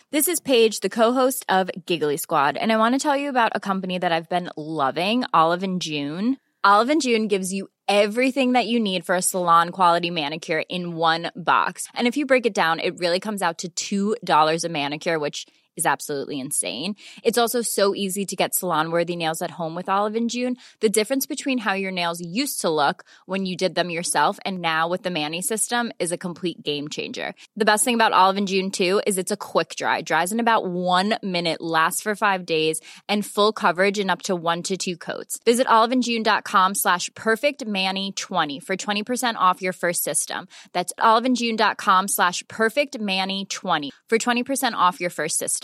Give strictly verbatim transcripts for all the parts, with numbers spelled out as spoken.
This is Paige, the co-host of Giggly Squad, and I want to tell you about a company that I've been loving, Olive and June. Olive and June gives you everything that you need for a salon-quality manicure in one box. And if you break it down, it really comes out to two dollars a manicure, which is absolutely insane. It's also so easy to get salon-worthy nails at home with Olive and June. The difference between how your nails used to look when you did them yourself and now with the Mani system is a complete game changer. The best thing about Olive and June, too, is it's a quick dry. Dries in about one minute, lasts for five days, and full coverage in up to one to two coats. Visit oliveandjune.com slash perfectmani20 for twenty percent off your first system. That's oliveandjune.com slash perfectmani20 for twenty percent off your first system.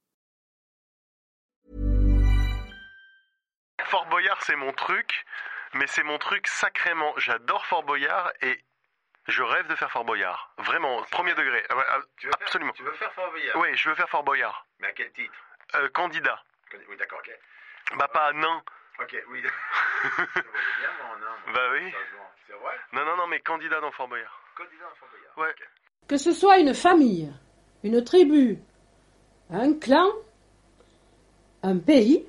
Fort Boyard, c'est mon truc, mais c'est mon truc sacrément. J'adore Fort Boyard et je rêve de faire Fort Boyard. Vraiment, premier degré. Tu veux Absolument. Faire, tu veux faire Fort Boyard? Oui, je veux faire Fort Boyard. Mais à quel titre? euh, Candidat. Oui, d'accord, ok. Bah, pas nain. Ok, oui. Je voyais bien mon nain. Moi. Bah oui. C'est vrai? Non, non, non, mais candidat dans Fort Boyard. Candidat dans Fort Boyard. Ouais. Okay. Que ce soit une famille, une tribu, un clan, un pays,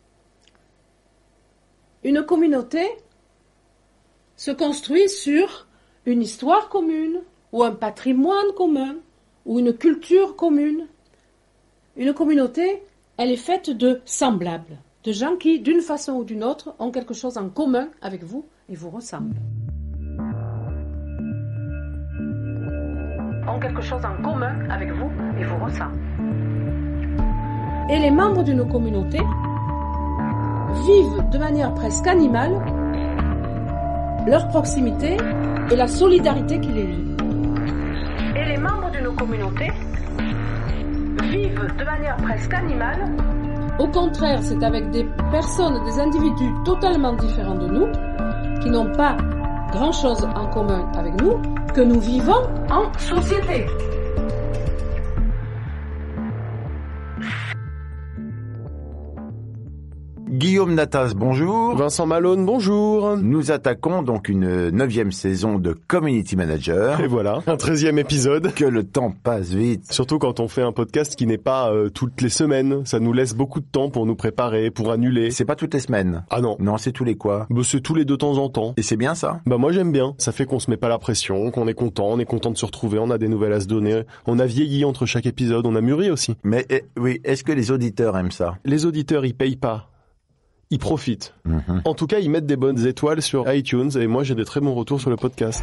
une communauté se construit sur une histoire commune, ou un patrimoine commun, ou une culture commune. Une communauté, elle est faite de semblables, de gens qui, d'une façon ou d'une autre, ont quelque chose en commun avec vous et vous ressemblent. Ont quelque chose en commun avec vous et vous ressemblent. Et les membres d'une communauté vivent de manière presque animale leur proximité et la solidarité qui les lie. Et les membres d'une communauté vivent de manière presque animale. Au contraire, c'est avec des personnes, des individus totalement différents de nous, qui n'ont pas grand-chose en commun avec nous, que nous vivons en société. Guillaume Natas, bonjour. Vincent Malone, bonjour. Nous attaquons donc une neuvième saison de Community Manager. Et voilà, un treizième épisode. Que le temps passe vite. Surtout quand on fait un podcast qui n'est pas euh, toutes les semaines. Ça nous laisse beaucoup de temps pour nous préparer, pour annuler. C'est pas toutes les semaines. Ah non. Non, c'est tous les quoi? Bah, c'est tous les de temps en temps. Et c'est bien ça? Bah moi j'aime bien. Ça fait qu'on se met pas la pression, qu'on est content, on est content de se retrouver, on a des nouvelles à se donner. On a vieilli entre chaque épisode, on a mûri aussi. Mais eh, oui, est-ce que les auditeurs aiment ça? Les auditeurs, ils payent pas. Ils profitent. Mm-hmm. En tout cas, ils mettent des bonnes étoiles sur iTunes et moi j'ai des très bons retours sur le podcast.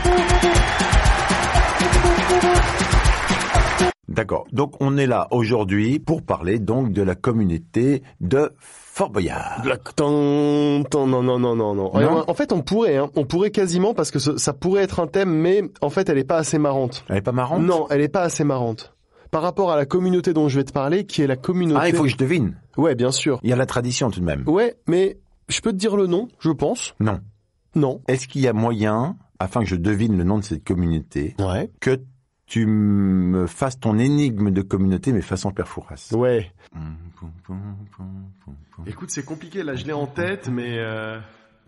D'accord. Donc on est là aujourd'hui pour parler donc de la communauté de Fort Boyard. La... Non, non, non, non, non, non. En fait, on pourrait, hein, on pourrait quasiment parce que ça pourrait être un thème, mais en fait, elle est pas assez marrante. Elle est pas marrante? Non, elle est pas assez marrante. Par rapport à la communauté dont je vais te parler, qui est la communauté... Ah, il faut que je devine. Ouais, bien sûr. Il y a la tradition tout de même. Ouais, mais je peux te dire le nom, je pense. Non. Non. Est-ce qu'il y a moyen, afin que je devine le nom de cette communauté, ouais, que tu me fasses ton énigme de communauté, mais façon Père Fouras? Ouais. Écoute, c'est compliqué, là, je l'ai en tête, mais... Euh...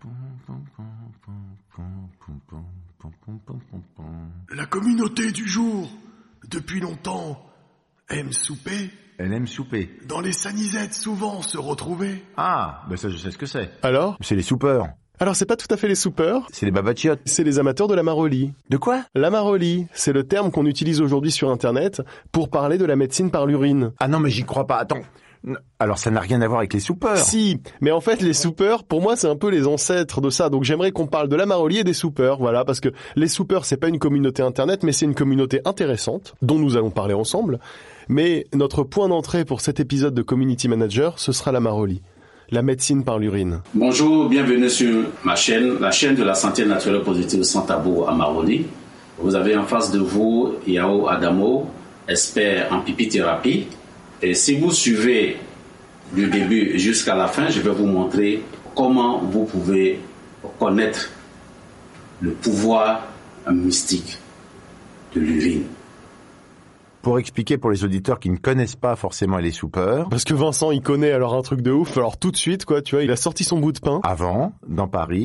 La communauté du jour, depuis longtemps, aime souper. Elle aime souper. Dans les sanisettes, souvent, se retrouver. Ah, ben ça, je sais ce que c'est. Alors? C'est les soupeurs. Alors, c'est pas tout à fait les soupeurs. C'est les babachiotes. C'est les amateurs de la maroli. De quoi? La maroli, c'est le terme qu'on utilise aujourd'hui sur Internet pour parler de la médecine par l'urine. Ah non, mais j'y crois pas. Attends. Alors, ça n'a rien à voir avec les soupeurs. Si, mais en fait, les soupeurs, pour moi, c'est un peu les ancêtres de ça. Donc, j'aimerais qu'on parle de la maroli et des soupeurs, voilà, parce que les soupeurs, c'est pas une communauté Internet, mais c'est une communauté intéressante, dont nous allons parler ensemble. Mais notre point d'entrée pour cet épisode de Community Manager, ce sera la maroli. La médecine par l'urine. Bonjour, bienvenue sur ma chaîne, la chaîne de la santé naturelle positive sans tabou à Maroli. Vous avez en face de vous Yao Adamo, expert en pipithérapie. Et si vous suivez du début jusqu'à la fin, je vais vous montrer comment vous pouvez connaître le pouvoir mystique de l'urine. Pour expliquer pour les auditeurs qui ne connaissent pas forcément les soupeurs. Parce que Vincent, il connaît alors un truc de ouf. Alors tout de suite, quoi, tu vois, il a sorti son bout de pain. Avant, dans Paris,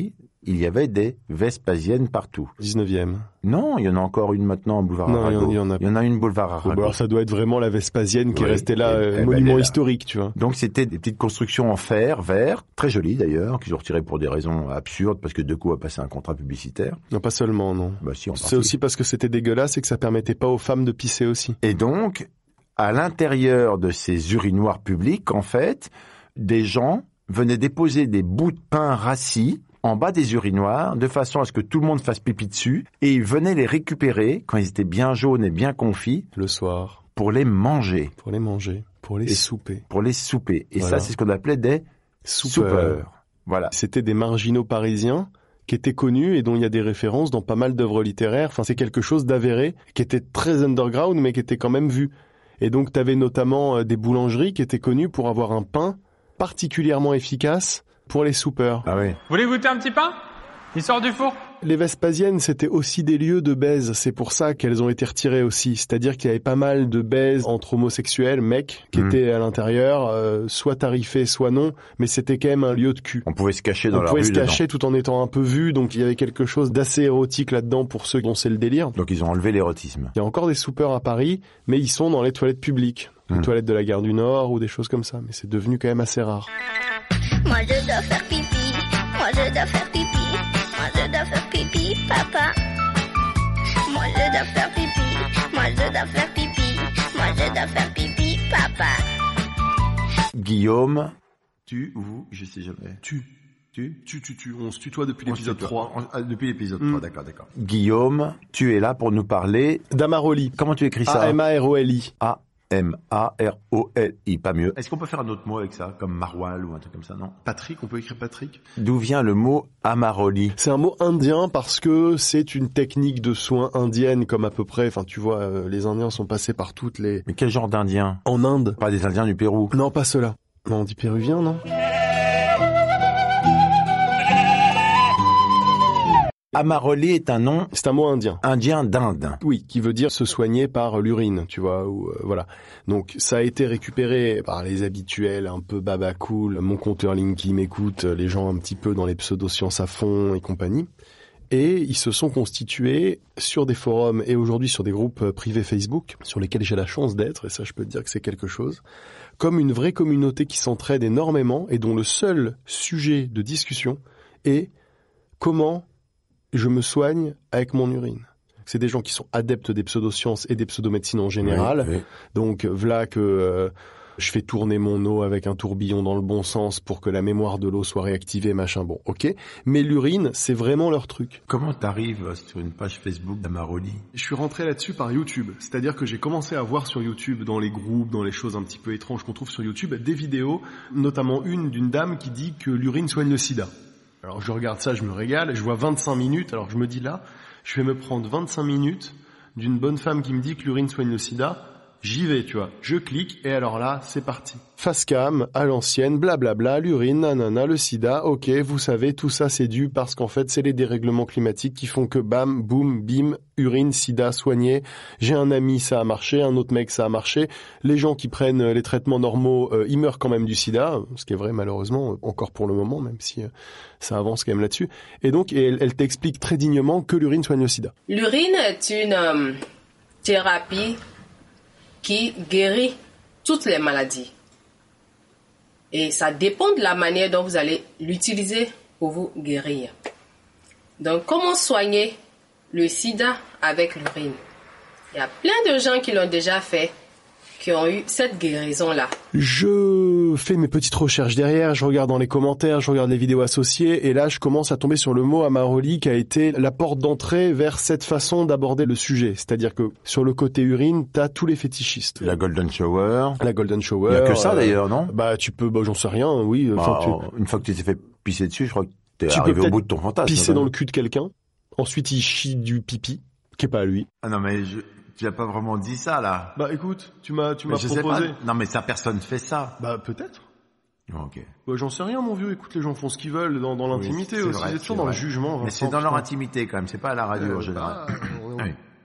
il y avait des Vespasiennes partout. dix-neuvième. Non, il y en a encore une maintenant au boulevard Non, Arago. il y en a- Il y en a une boulevard Arago. Bon, alors ça doit être vraiment la Vespasienne qui Oui. est restée là, Et- euh, eh ben, monument elle est là. historique, tu vois. Donc c'était des petites constructions en fer, vert, très jolies d'ailleurs, qu'ils ont retirées pour des raisons absurdes, parce que Decaux a passé un contrat publicitaire. Non, pas seulement, non. Bah si, en C'est partie. aussi parce que c'était dégueulasse et que ça permettait pas aux femmes de pisser aussi. Et donc, à l'intérieur de ces urinoirs publics, en fait, des gens venaient déposer des bouts de pain rassis en bas des urinoirs, de façon à ce que tout le monde fasse pipi dessus, et ils venaient les récupérer, quand ils étaient bien jaunes et bien confits, Le soir, pour les manger, pour les manger, pour les Et- souper. pour les souper. Et Voilà. ça, c'est ce qu'on appelait des Soupeurs. soupeurs. Voilà. C'était des marginaux parisiens qui étaient connus et dont il y a des références dans pas mal d'œuvres littéraires. Enfin, c'est quelque chose d'avéré, qui était très underground, mais qui était quand même vu. Et donc, tu avais notamment euh, des boulangeries qui étaient connues pour avoir un pain particulièrement efficace pour les soupeurs. Ah oui. Voulez goûter un petit pain? Il sort du four. Les Vespasiennes, c'était aussi des lieux de baise. C'est pour ça qu'elles ont été retirées aussi. C'est-à-dire qu'il y avait pas mal de baises entre homosexuels, mecs, qui Mhm. étaient à l'intérieur, euh, soit tarifés, soit non, mais c'était quand même un lieu de cul. On pouvait se cacher dans On la pouvait rue se dedans. cacher tout en étant un peu vu, donc il y avait quelque chose d'assez érotique là-dedans pour ceux dont c'est le délire. Donc ils ont enlevé l'érotisme. Il y a encore des soupeurs à Paris, mais ils sont dans les toilettes publiques, les Mhm. toilettes de la gare du Nord ou des choses comme ça, mais c'est devenu quand même assez rare. Moi je dois faire pipi, moi je dois faire pipi, moi je dois faire pipi, papa. Moi je dois faire pipi, moi je dois faire pipi, moi je dois faire pipi, papa. Guillaume, tu ou vous, je sais jamais. Tu, Tu tu, tu, tu. On se tutoie depuis On se l'épisode tutoie. trois. On- ah, depuis l'épisode Mm. trois, d'accord, d'accord. Guillaume, tu es là pour nous parler. Damaroli. Comment tu écris ça? A M A R O L I. A M A R O L I, pas mieux. Est-ce qu'on peut faire un autre mot avec ça, comme Marwal ou un truc comme ça, non? Patrick, on peut écrire Patrick? D'où vient le mot Amaroli? C'est un mot indien parce que c'est une technique de soins indienne comme à peu près, enfin tu vois, euh, les Indiens sont passés par toutes les... Mais quel genre d'Indien? En Inde. Pas des Indiens du Pérou. Non, pas ceux-là. Non, on dit péruvien, non? Amaroli est un nom C'est un mot indien. indien d'Inde. Oui, qui veut dire se soigner par l'urine, tu vois, ou euh, voilà. Donc ça a été récupéré par les habituels, un peu baba cool, mon compteur Link qui m'écoute, les gens un petit peu dans les pseudosciences à fond et compagnie. Et ils se sont constitués sur des forums et aujourd'hui sur des groupes privés Facebook, sur lesquels j'ai la chance d'être, et ça je peux te dire que c'est quelque chose, comme une vraie communauté qui s'entraide énormément et dont le seul sujet de discussion est comment je me soigne avec mon urine. C'est des gens qui sont adeptes des pseudosciences et des pseudomédecines en général. Oui, oui. Donc, voilà que euh, je fais tourner mon eau avec un tourbillon dans le bon sens pour que la mémoire de l'eau soit réactivée, machin, bon, ok. Mais l'urine, c'est vraiment leur truc. Comment t'arrives sur une page Facebook d'Amaroli? Je suis rentré là-dessus par YouTube. C'est-à-dire que j'ai commencé à voir sur YouTube, dans les groupes, dans les choses un petit peu étranges qu'on trouve sur YouTube, des vidéos, notamment une d'une dame qui dit que l'urine soigne le sida. Alors je regarde ça, je me régale, je vois vingt-cinq minutes, alors je me dis là, je vais me prendre vingt-cinq minutes d'une bonne femme qui me dit que l'urine soigne le sida, j'y vais, tu vois. Je clique, et alors là, c'est parti. Face cam, à l'ancienne, blablabla, l'urine, nanana, le sida, ok, vous savez, tout ça c'est dû parce qu'en fait c'est les dérèglements climatiques qui font que bam, boum, bim, urine, sida, soigné. J'ai un ami, ça a marché, un autre mec, ça a marché. Les gens qui prennent les traitements normaux, euh, ils meurent quand même du sida, ce qui est vrai malheureusement, encore pour le moment, même si euh, ça avance quand même là-dessus. Et donc, et elle, elle t'explique très dignement que l'urine soigne le sida. L'urine est une euh, thérapie qui guérit toutes les maladies. Et ça dépend de la manière dont vous allez l'utiliser pour vous guérir. Donc, comment soigner le sida avec l'urine? Il y a plein de gens qui l'ont déjà fait, qui ont eu cette guérison-là. Je fais mes petites recherches derrière, je regarde dans les commentaires, je regarde les vidéos associées, et là je commence à tomber sur le mot Amaroli qui a été la porte d'entrée vers cette façon d'aborder le sujet. C'est-à-dire que sur le côté urine, t'as tous les fétichistes. La Golden Shower. La Golden Shower. Il y a que ça euh, d'ailleurs, non? Bah tu peux, bah j'en sais rien, oui. Bah, Enfin, tu, Une fois que tu t'es fait pisser dessus, je crois que t'es tu peux arrivé au peut-être bout de ton fantasme. pisser hein, dans le cul de quelqu'un, ensuite il chie du pipi, qui est pas à lui. Ah non, mais je... tu as pas vraiment dit ça, là. Bah écoute, tu m'as, tu m'as Mais je sais proposé. pas. Non, mais ça, personne fait ça. Bah peut-être. Oh, ok. Bah, j'en sais rien, mon vieux. Écoute, les gens font ce qu'ils veulent dans, dans l'intimité Oui, c'est aussi. vrai, C'est c'est toujours dans le vrai. jugement. Mais Vincent, c'est dans leur putain. intimité, quand même. C'est pas à la radio, Euh, en général. bah, on- Oui.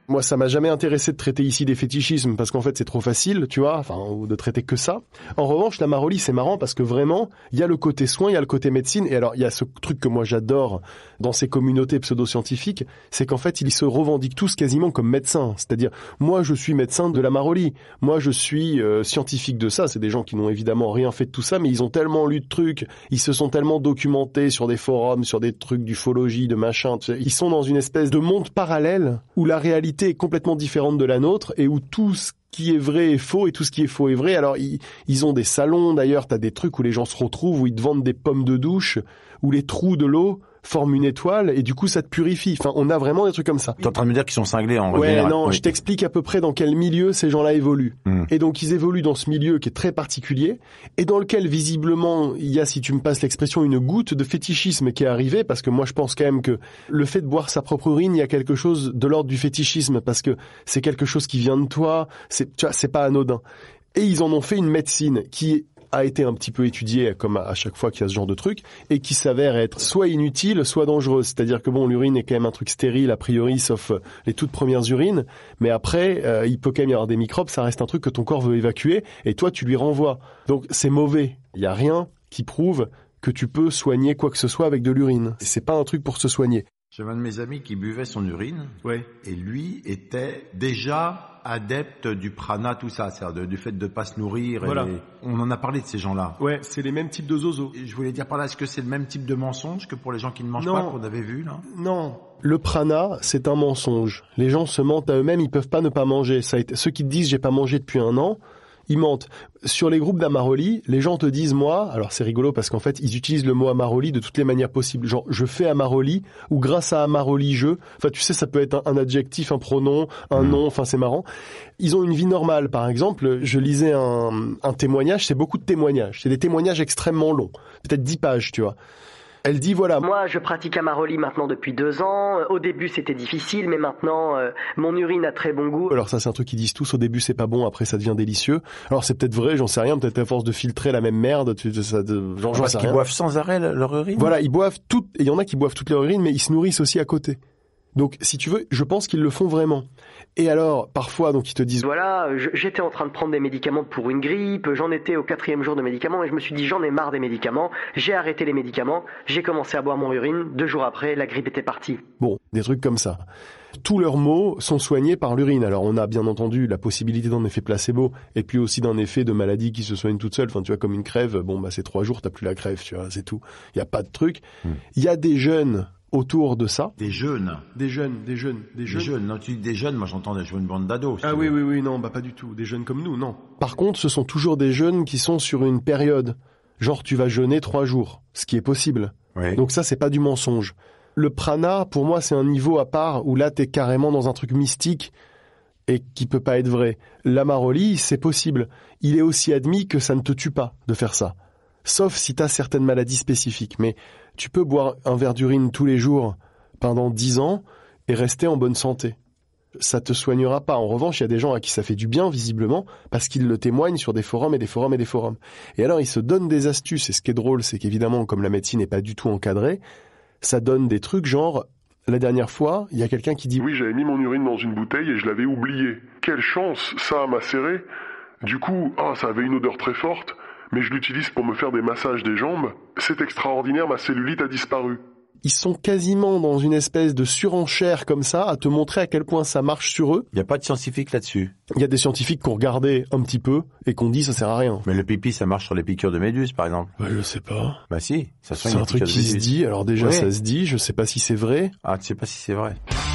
Moi, ça m'a jamais intéressé de traiter ici des fétichismes parce qu'en fait, c'est trop facile, tu vois, enfin, ou de traiter que ça. En revanche, la Maroli, c'est marrant parce que vraiment, il y a le côté soin, il y a le côté médecine. Et alors, il y a ce truc que moi j'adore dans ces communautés pseudo-scientifiques, c'est qu'en fait, ils se revendiquent tous quasiment comme médecins. C'est-à-dire, moi, je suis médecin de la Maroli. Moi, je suis euh, scientifique de ça. C'est des gens qui n'ont évidemment rien fait de tout ça, mais ils ont tellement lu de trucs, ils se sont tellement documentés sur des forums, sur des trucs d'ufologie, de machin. Tu sais. Ils sont dans une espèce de monde parallèle où la réalité est complètement différente de la nôtre et où tout ce qui est vrai est faux et tout ce qui est faux est vrai. Alors ils, ils ont des salons d'ailleurs, t'as des trucs où les gens se retrouvent, où ils te vendent des pommes de douche, où les trous de l'eau forment une étoile et du coup ça te purifie. Enfin, on a vraiment des trucs comme ça. T'es en train de me dire qu'ils sont cinglés en Ouais, général. non, oui. je t'explique à peu près dans quel milieu ces gens-là évoluent. Mmh. Et donc ils évoluent dans ce milieu qui est très particulier et dans lequel visiblement il y a, si tu me passes l'expression, une goutte de fétichisme qui est arrivée, parce que moi je pense quand même que le fait de boire sa propre urine, il y a quelque chose de l'ordre du fétichisme parce que c'est quelque chose qui vient de toi, c'est, tu vois, c'est pas anodin. Et ils en ont fait une médecine qui a été un petit peu étudiée, comme à chaque fois qu'il y a ce genre de truc, et qui s'avère être soit inutile, soit dangereuse. C'est-à-dire que bon, l'urine est quand même un truc stérile, a priori, sauf les toutes premières urines, mais après, euh, il peut quand même y avoir des microbes, ça reste un truc que ton corps veut évacuer, et toi, tu lui renvoies. Donc, c'est mauvais. Il y a rien qui prouve que tu peux soigner quoi que ce soit avec de l'urine. C'est pas un truc pour se soigner. J'avais un de mes amis qui buvait son urine, ouais. Et lui était déjà adepte du prana, tout ça, c'est-à-dire de, du fait de pas se nourrir. Voilà. Et on en a parlé de ces gens-là. Ouais, c'est les mêmes types de zozo. Et je voulais dire par là, est-ce que c'est le même type de mensonge que pour les gens qui ne mangent non. pas, qu'on avait vu là? Non. Le prana, c'est un mensonge. Les gens se mentent à eux-mêmes, ils peuvent pas ne pas manger. Ça a été... Ceux qui te disent j'ai pas mangé depuis un an, ils mentent. Sur les groupes d'Amaroli, les gens te disent moi, alors c'est rigolo parce qu'en fait, ils utilisent le mot Amaroli de toutes les manières possibles. Genre, je fais Amaroli, ou grâce à Amaroli, je. Enfin, tu sais, ça peut être un, un adjectif, un pronom, un nom, enfin, c'est marrant. Ils ont une vie normale, par exemple. Je lisais un, un témoignage, c'est beaucoup de témoignages. C'est des témoignages extrêmement longs. Peut-être dix pages, tu vois. Elle dit voilà. Moi, je pratique Amaroli maintenant depuis deux ans. Au début, c'était difficile, mais maintenant, euh, mon urine a très bon goût. Alors ça, c'est un truc qu'ils disent tous. Au début, c'est pas bon. Après, ça devient délicieux. Alors c'est peut-être vrai, j'en sais rien. Peut-être à force de filtrer la même merde, tu, ça, de, genre, parce qu'ils rien. boivent sans arrêt leur urine. Voilà, ils boivent tout. Et il y en a qui boivent toute leur urine, mais ils se nourrissent aussi à côté. Donc, si tu veux, je pense qu'ils le font vraiment. Et alors, parfois, donc ils te disent... Voilà, je, j'étais en train de prendre des médicaments pour une grippe, j'en étais au quatrième jour de médicaments, et je me suis dit, j'en ai marre des médicaments, j'ai arrêté les médicaments, j'ai commencé à boire mon urine, deux jours après, la grippe était partie. Bon, des trucs comme ça. Tous leurs maux sont soignés par l'urine. Alors, on a bien entendu la possibilité d'un effet placebo, et puis aussi d'un effet de maladie qui se soigne toute seule. Enfin, tu vois, comme une crève, bon, bah c'est trois jours, t'as plus la crève, tu vois, c'est tout. Il y a pas de truc. Il mmh. y a des jeunes... autour de ça. Des jeunes. Des jeunes, des jeunes, des jeunes. Des jeunes. Non, tu dis des jeunes, moi j'entends des jeunes bandes d'ados. Ah oui, oui, oui, non, bah pas du tout. Des jeunes comme nous, non. Par contre, ce sont toujours des jeunes qui sont sur une période. Genre, tu vas jeûner trois jours. Ce qui est possible. Oui. Donc ça, c'est pas du mensonge. Le prana, pour moi, c'est un niveau à part où là, t'es carrément dans un truc mystique et qui peut pas être vrai. L'Amaroli, c'est possible. Il est aussi admis que ça ne te tue pas de faire ça. Sauf si t'as certaines maladies spécifiques. Mais tu peux boire un verre d'urine tous les jours pendant dix ans et rester en bonne santé. Ça te soignera pas. En revanche, il y a des gens à qui ça fait du bien, visiblement, parce qu'ils le témoignent sur des forums et des forums et des forums. Et alors, ils se donnent des astuces. Et ce qui est drôle, c'est qu'évidemment, comme la médecine n'est pas du tout encadrée, ça donne des trucs genre... La dernière fois, il y a quelqu'un qui dit... Oui, j'avais mis mon urine dans une bouteille et je l'avais oublié. Quelle chance, ça a macéré. Du coup, ah, ça avait une odeur très forte. Mais je l'utilise pour me faire des massages des jambes. C'est extraordinaire, ma cellulite a disparu. Ils sont quasiment dans une espèce de surenchère comme ça, à te montrer à quel point ça marche sur eux. Il n'y a pas de scientifiques là-dessus. Il y a des scientifiques qui ont regardé un petit peu et qui ont dit ça sert à rien. Mais le pipi, ça marche sur les piqûres de méduses, par exemple. Bah, je sais pas. Bah si, ça soigne. C'est un truc qui se dit, alors déjà oui. Ça se dit, je sais pas si c'est vrai. Ah, tu sais pas si c'est vrai.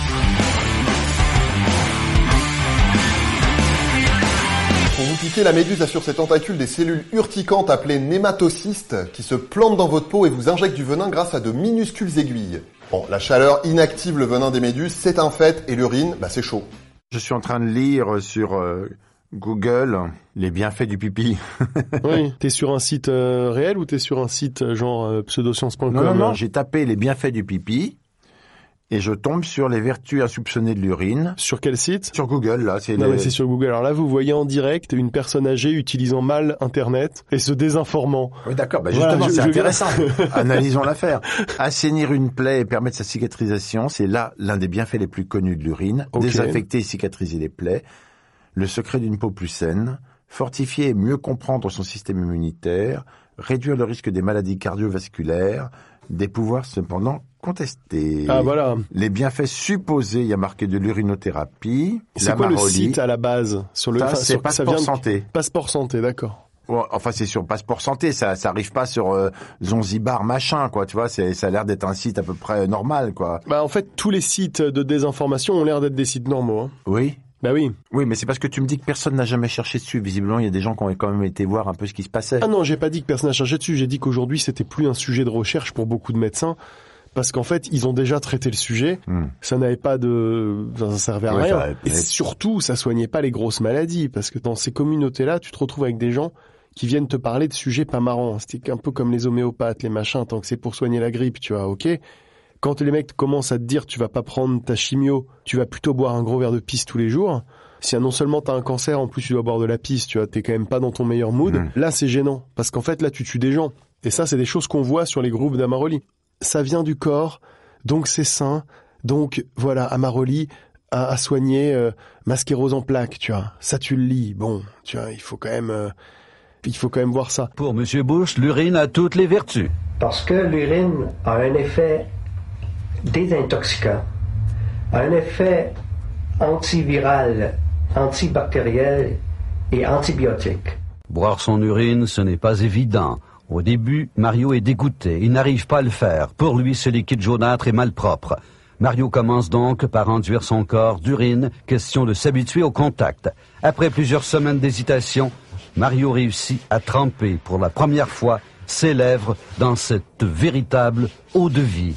Pour vous piquer, la méduse a sur ses tentacules des cellules urticantes appelées nématocystes qui se plantent dans votre peau et vous injectent du venin grâce à de minuscules aiguilles. Bon, la chaleur inactive le venin des méduses, c'est un fait, et l'urine, bah c'est chaud. Je suis en train de lire sur euh, Google les bienfaits du pipi. Oui, t'es sur un site euh, réel ou t'es sur un site euh, genre euh, pseudosciences point com? Non, non, non, j'ai tapé les bienfaits du pipi et je tombe sur les vertus insoupçonnées de l'urine. Sur quel site? Sur Google, là. C'est non, les... mais c'est sur Google. Alors là, vous voyez en direct une personne âgée utilisant mal Internet et se désinformant. Oui, d'accord. Bah, justement, voilà, je, c'est je intéressant. Analysons l'affaire. Assainir une plaie et permettre sa cicatrisation, c'est là l'un des bienfaits les plus connus de l'urine. Okay. Désinfecter et cicatriser les plaies. Le secret d'une peau plus saine. Fortifier et mieux comprendre son système immunitaire. Réduire le risque des maladies cardiovasculaires. Des pouvoirs cependant contestés. Ah voilà. Les bienfaits supposés, il y a marqué de l'urinothérapie. C'est quoi le site à la base sur le ça, enfin, c'est sur, Passeport ça vient de... Santé. Passeport Santé, d'accord. Ouais, enfin c'est sur Passeport Santé, ça ça arrive pas sur euh, Zonzibar machin quoi, tu vois, c'est ça a l'air d'être un site à peu près normal quoi. Bah en fait tous les sites de désinformation ont l'air d'être des sites normaux. Hein. Oui. Bah oui. Oui, mais c'est parce que tu me dis que personne n'a jamais cherché dessus. Visiblement, il y a des gens qui ont quand même été voir un peu ce qui se passait. Ah non, j'ai pas dit que personne n'a cherché dessus. J'ai dit qu'aujourd'hui, c'était plus un sujet de recherche pour beaucoup de médecins. Parce qu'en fait, ils ont déjà traité le sujet. Hmm. Ça n'avait pas de, ça servait à oui, rien. Et surtout, ça soignait pas les grosses maladies. Parce que dans ces communautés-là, tu te retrouves avec des gens qui viennent te parler de sujets pas marrants. C'était un peu comme les homéopathes, les machins, tant que c'est pour soigner la grippe, tu vois, ok. Quand les mecs commencent à te dire tu vas pas prendre ta chimio, tu vas plutôt boire un gros verre de pisse tous les jours. Si non seulement t'as un cancer, en plus tu dois boire de la pisse, tu vois, t'es quand même pas dans ton meilleur mood. Mmh. Là, c'est gênant. Parce qu'en fait, là, tu tues des gens. Et ça, c'est des choses qu'on voit sur les groupes d'Amaroli. Ça vient du corps, donc c'est sain. Donc, voilà, Amaroli a, a soigné euh, mascérose en plaques, tu vois. Ça, tu le lis. Bon, tu vois, il faut quand même, euh, il faut quand même voir ça. Pour Monsieur Bush, l'urine a toutes les vertus. Parce que l'urine a un effet désintoxicant, a un effet antiviral, antibactériel et antibiotique. Boire son urine, ce n'est pas évident. Au début, Mario est dégoûté. Il n'arrive pas à le faire. Pour lui, ce liquide jaunâtre est malpropre. Mario commence donc par enduire son corps d'urine, question de s'habituer au contact. Après plusieurs semaines d'hésitation, Mario réussit à tremper pour la première fois ses lèvres dans cette véritable eau de vie.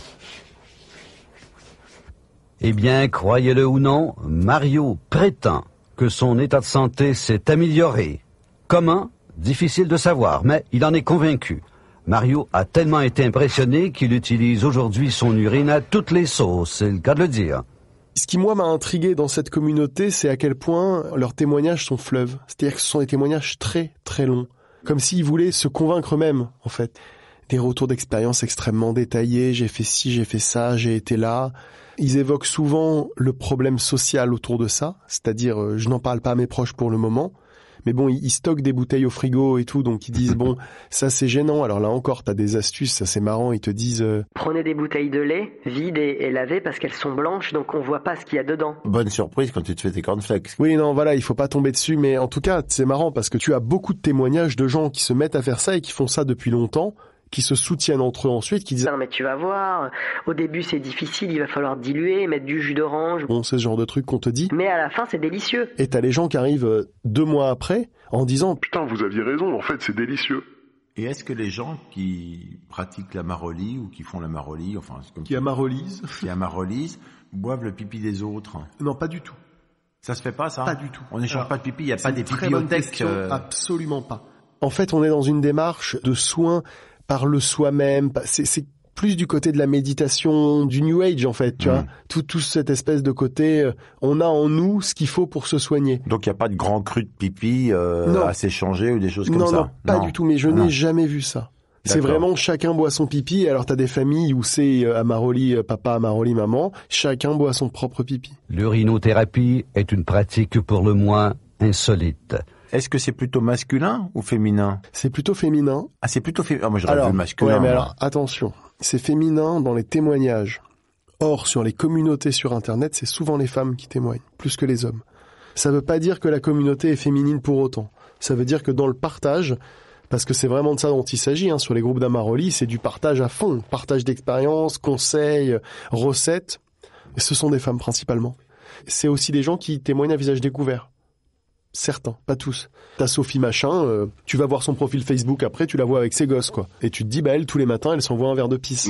Eh bien, croyez-le ou non, Mario prétend que son état de santé s'est amélioré. Comment? Difficile de savoir, mais il en est convaincu. Mario a tellement été impressionné qu'il utilise aujourd'hui son urine à toutes les sauces, c'est le cas de le dire. Ce qui, moi, m'a intrigué dans cette communauté, c'est à quel point leurs témoignages sont fleuves. C'est-à-dire que ce sont des témoignages très, très longs. Comme s'ils voulaient se convaincre eux-mêmes, en fait. Des retours d'expérience extrêmement détaillés, j'ai fait ci, j'ai fait ça, j'ai été là. Ils évoquent souvent le problème social autour de ça, c'est-à-dire euh, je n'en parle pas à mes proches pour le moment, mais bon, ils, ils stockent des bouteilles au frigo et tout, donc ils disent bon, ça c'est gênant. Alors là encore, t'as des astuces, ça c'est marrant, ils te disent... Euh... Prenez des bouteilles de lait, vides et, et lavées parce qu'elles sont blanches, donc on voit pas ce qu'il y a dedans. Bonne surprise quand tu te fais tes cornflakes. Oui, non, voilà, il faut pas tomber dessus, mais en tout cas, c'est marrant parce que tu as beaucoup de témoignages de gens qui se mettent à faire ça et qui font ça depuis longtemps, qui se soutiennent entre eux ensuite, qui disent... Non mais tu vas voir, au début c'est difficile, il va falloir diluer, mettre du jus d'orange... Bon, c'est ce genre de truc qu'on te dit. Mais à la fin c'est délicieux. Et t'as les gens qui arrivent deux mois après en disant... Putain, vous aviez raison, en fait c'est délicieux. Et est-ce que les gens qui pratiquent la marolie ou qui font la marolie, enfin... C'est comme qui amarolisent Qui amarolisent, boivent le pipi des autres? Non, pas du tout. Ça se fait pas ça? Pas du tout. On n'échange pas de pipi, il n'y a pas des bibliothèques euh... Absolument pas. En fait, on est dans une démarche de soins par le soi-même, c'est, c'est plus du côté de la méditation, du New Age en fait, tu mmh. vois, tout, tout cette espèce de côté, euh, on a en nous ce qu'il faut pour se soigner. Donc il n'y a pas de grand cru de pipi euh, à s'échanger ou des choses comme non, ça? Non, pas non, du tout, mais je non. n'ai jamais vu ça. C'est vraiment chacun boit son pipi, alors t'as des familles où c'est euh, Amaroli, euh, papa, Amaroli, maman, chacun boit son propre pipi. L'urinothérapie est une pratique pour le moins insolite. Est-ce que c'est plutôt masculin ou féminin? C'est plutôt féminin. Ah, c'est plutôt féminin. Ah, moi, j'aurais vu le masculin. Ouais, mais moi. alors, attention. C'est féminin dans les témoignages. Or, sur les communautés sur Internet, c'est souvent les femmes qui témoignent, plus que les hommes. Ça veut pas dire que la communauté est féminine pour autant. Ça veut dire que dans le partage, parce que c'est vraiment de ça dont il s'agit, hein, sur les groupes d'Amaroli, c'est du partage à fond. Partage d'expériences, conseils, recettes. Et ce sont des femmes principalement. C'est aussi des gens qui témoignent à visage découvert. Certains, pas tous. T'as Sophie machin, euh, tu vas voir son profil Facebook après, tu la vois avec ses gosses, quoi. Et tu te dis, bah elle, tous les matins, elle s'envoie un verre de pisse.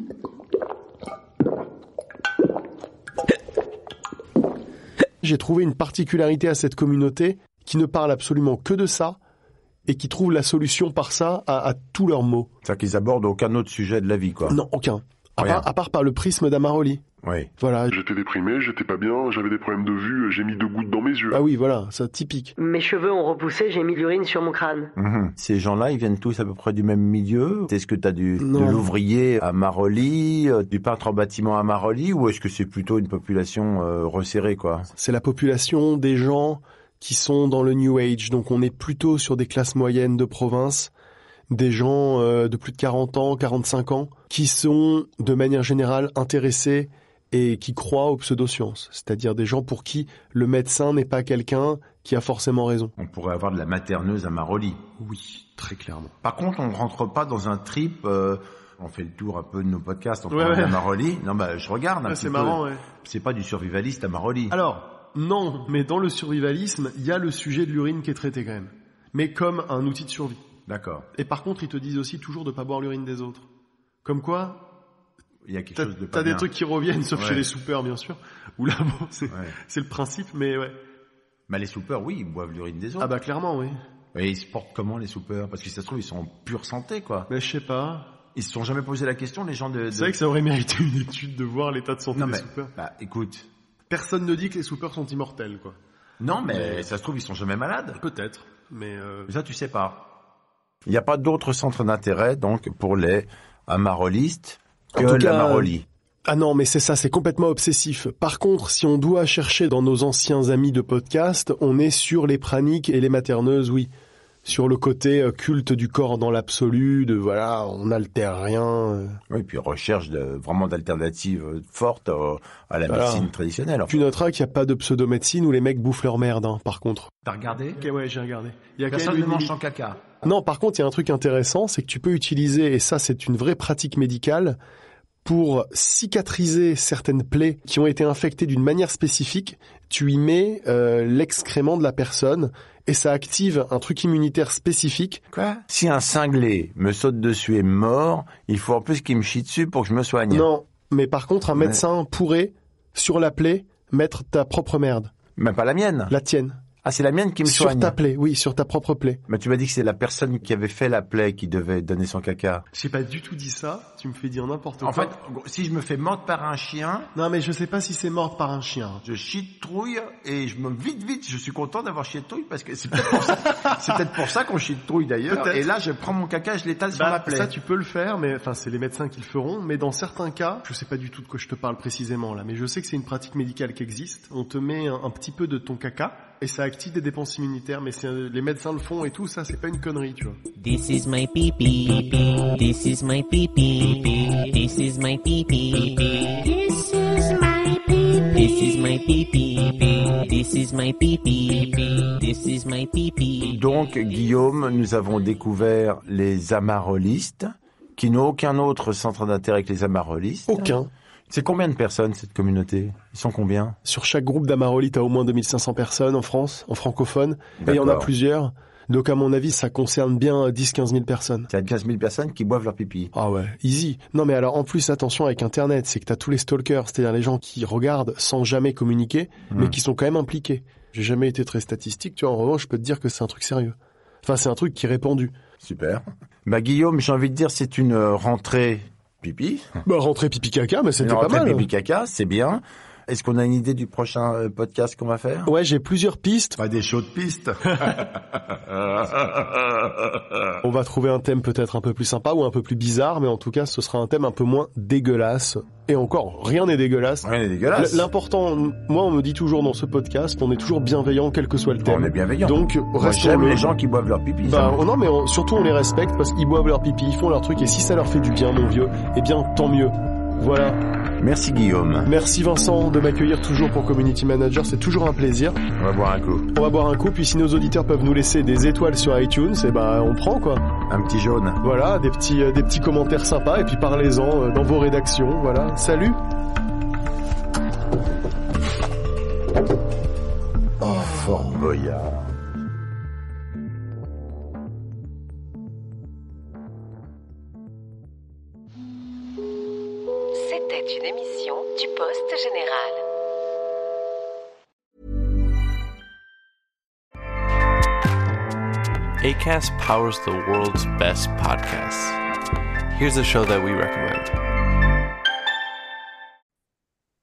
J'ai trouvé une particularité à cette communauté qui ne parle absolument que de ça et qui trouve la solution par ça à, à tous leurs maux. C'est-à-dire qu'ils abordent aucun autre sujet de la vie, quoi. Non, aucun. À part, à part par le prisme d'Amaroli. Oui. Voilà. J'étais déprimé, j'étais pas bien, j'avais des problèmes de vue, j'ai mis deux gouttes dans mes yeux. Ah oui, voilà, ça typique. Mes cheveux ont repoussé, j'ai mis de l'urine sur mon crâne. Mmh. Ces gens-là, ils viennent tous à peu près du même milieu. Est-ce que tu as du, Non. de l'ouvrier à Marolly, euh, du peintre en bâtiment à Marolly, ou est-ce que c'est plutôt une population euh, resserrée, quoi? C'est la population des gens qui sont dans le New Age, donc on est plutôt sur des classes moyennes de province, des gens euh, de plus de quarante ans, quarante-cinq ans, qui sont de manière générale intéressés et qui croient aux pseudosciences, c'est-à-dire des gens pour qui le médecin n'est pas quelqu'un qui a forcément raison. On pourrait avoir de la materneuse à Marolly. Oui, très clairement. Par contre, on rentre pas dans un trip... Euh, on fait le tour un peu de nos podcasts, on ouais, parle ouais. à Marolly. Non, bah, je regarde un ouais, petit c'est peu. marrant, ouais. C'est pas du survivaliste à Marolly. Alors, non, mais dans le survivalisme, il y a le sujet de l'urine qui est traité quand même. Mais comme un outil de survie. D'accord. Et par contre, ils te disent aussi toujours de pas boire l'urine des autres. Comme quoi... Il y a quelque t'as, chose de pas T'as bien. des trucs qui reviennent, sauf ouais. chez les soupeurs, bien sûr. Ou là, bon, c'est, ouais. c'est le principe, mais ouais. Bah, les soupeurs, oui, ils boivent l'urine des autres. Ah bah, clairement, oui. Et ils se portent comment, les soupeurs? Parce que si ça se trouve, ils sont en pure santé, quoi. Mais je sais pas. Ils se sont jamais posé la question, les gens de... de... C'est vrai que ça aurait mérité une étude de voir l'état de santé non, des mais, soupeurs. Bah, écoute. Personne ne dit que les soupeurs sont immortels, quoi. Non, mais, mais... ça se trouve, ils sont jamais malades. Peut-être, mais... Euh... Ça, tu sais pas. Il n'y a pas d'autres centres d'intérêt, donc, pour les amarollistes que en tout cas, la Marolly. Ah non, mais c'est ça, c'est complètement obsessif. Par contre, si on doit chercher dans nos anciens amis de podcast, on est sur les praniques et les materneuses, oui. Sur le côté culte du corps dans l'absolu, de voilà, on n'altère rien. Oui, puis recherche de, vraiment d'alternatives fortes à la voilà. médecine traditionnelle. Tu noteras qu'il n'y a pas de pseudo-médecine où les mecs bouffent leur merde, hein, par contre. T'as regardé? Ok, ouais, j'ai regardé. Il y a Personne quand même ne une... mange sans caca. Non, par contre, il y a un truc intéressant, c'est que tu peux utiliser, et ça c'est une vraie pratique médicale, pour cicatriser certaines plaies qui ont été infectées d'une manière spécifique, tu y mets euh, l'excrément de la personne et ça active un truc immunitaire spécifique. Quoi? Si un cinglé me saute dessus et mort, il faut en plus qu'il me chie dessus pour que je me soigne. Non, mais par contre, un mais... médecin pourrait, sur la plaie, mettre ta propre merde. Mais pas la mienne. La tienne. Ah, c'est la mienne qui me sur soigne. Sur ta plaie, oui, sur ta propre plaie. Mais tu m'as dit que c'est la personne qui avait fait la plaie qui devait donner son caca. J'ai pas du tout dit ça, tu me fais dire n'importe en quoi. En fait, si je me fais mordre par un chien... Non, mais je sais pas si c'est mordre par un chien. Je chie de trouille et je me... Vite, vite, je suis content d'avoir chié de trouille parce que c'est peut-être pour ça, c'est peut-être pour ça qu'on chie de trouille d'ailleurs. Peut-être. Et là, je prends mon caca et je l'étale bah, sur la plaie. Ça, tu peux le faire, mais enfin, c'est les médecins qui le feront. Mais dans certains cas, je sais pas du tout de quoi je te parle précisément là, mais je sais que c'est une pratique médicale qui existe. On te met un, un petit peu de ton caca et ça active des dépenses immunitaires, mais c'est, les médecins le font et tout, ça c'est pas une connerie, tu vois. This is my pee-pee, this is my pee-pee, this is my pee-pee, this is my pee-pee, this is my pee-pee, this is my pee-pee, this is my pee-pee. Donc, Guillaume, nous avons découvert les amarollistes, qui n'ont aucun autre centre d'intérêt que les amarollistes. Aucun. C'est combien de personnes, cette communauté? Ils sont combien? Sur chaque groupe d'Amarolly, t'as au moins deux mille cinq cents personnes en France, en francophone. D'accord. Et il y en a plusieurs. Donc, à mon avis, ça concerne bien dix à quinze mille personnes. Il y a quinze mille personnes qui boivent leur pipi. Ah ouais, easy. Non, mais alors, en plus, attention avec Internet, c'est que t'as tous les stalkers, c'est-à-dire les gens qui regardent sans jamais communiquer, mmh. mais qui sont quand même impliqués. J'ai jamais été très statistique, tu vois. En revanche, je peux te dire que c'est un truc sérieux. Enfin, c'est un truc qui est répandu. Super. Bah, Guillaume, j'ai envie de dire, c'est une rentrée pipi. Bah, rentrée pipi caca, mais c'était une pas mal. Rentrée pipi caca, c'est bien. Est-ce qu'on a une idée du prochain podcast qu'on va faire? Ouais, j'ai plusieurs pistes. Pas des chaudes pistes. On va trouver un thème peut-être un peu plus sympa ou un peu plus bizarre, mais en tout cas, ce sera un thème un peu moins dégueulasse. Et encore, rien n'est dégueulasse. Rien n'est dégueulasse. L'important, moi, on me dit toujours dans ce podcast, on est toujours bienveillant, quel que soit le thème. On est bienveillant. Donc, restons j'aime le... les gens qui boivent leur pipi. Bah, non, mais on, surtout, on les respecte parce qu'ils boivent leur pipi, ils font leur truc, et si ça leur fait du bien, mon vieux, eh bien, tant mieux. Voilà. Merci Guillaume. Merci Vincent de m'accueillir toujours pour Community Manager, c'est toujours un plaisir. On va boire un coup. On va boire un coup, puis si nos auditeurs peuvent nous laisser des étoiles sur iTunes, et ben on prend quoi. Un petit jaune. Voilà, des petits euh, des petits commentaires sympas et puis parlez-en euh, dans vos rédactions, voilà. Salut. Oh, Fort Boyard. C'était une émission du Poste Général. Acast powers the world's best podcasts. Here's a show that we recommend.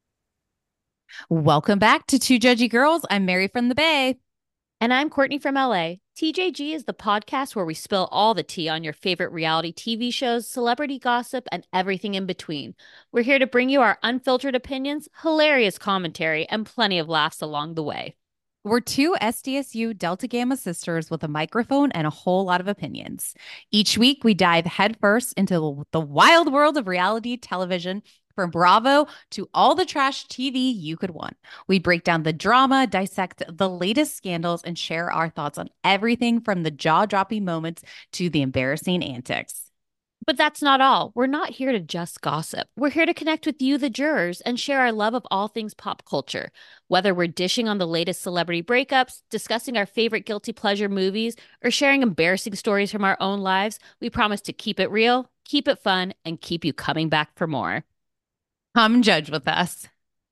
Welcome back to Two Judgy Girls. I'm Mary from the Bay. And I'm Courtney from L A. T J G is the podcast where we spill all the tea on your favorite reality T V shows, celebrity gossip, and everything in between. We're here to bring you our unfiltered opinions, hilarious commentary, and plenty of laughs along the way. We're two S D S U Delta Gamma sisters with a microphone and a whole lot of opinions. Each week, we dive headfirst into the wild world of reality television, from Bravo to all the trash T V you could want. We break down the drama, dissect the latest scandals, and share our thoughts on everything from the jaw-dropping moments to the embarrassing antics. But that's not all. We're not here to just gossip. We're here to connect with you, the jurors, and share our love of all things pop culture. Whether we're dishing on the latest celebrity breakups, discussing our favorite guilty pleasure movies, or sharing embarrassing stories from our own lives, we promise to keep it real, keep it fun, and keep you coming back for more. Come judge with us.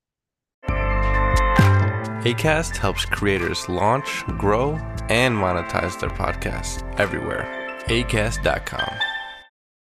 Acast helps creators launch, grow, and monetize their podcasts everywhere. acast dot com.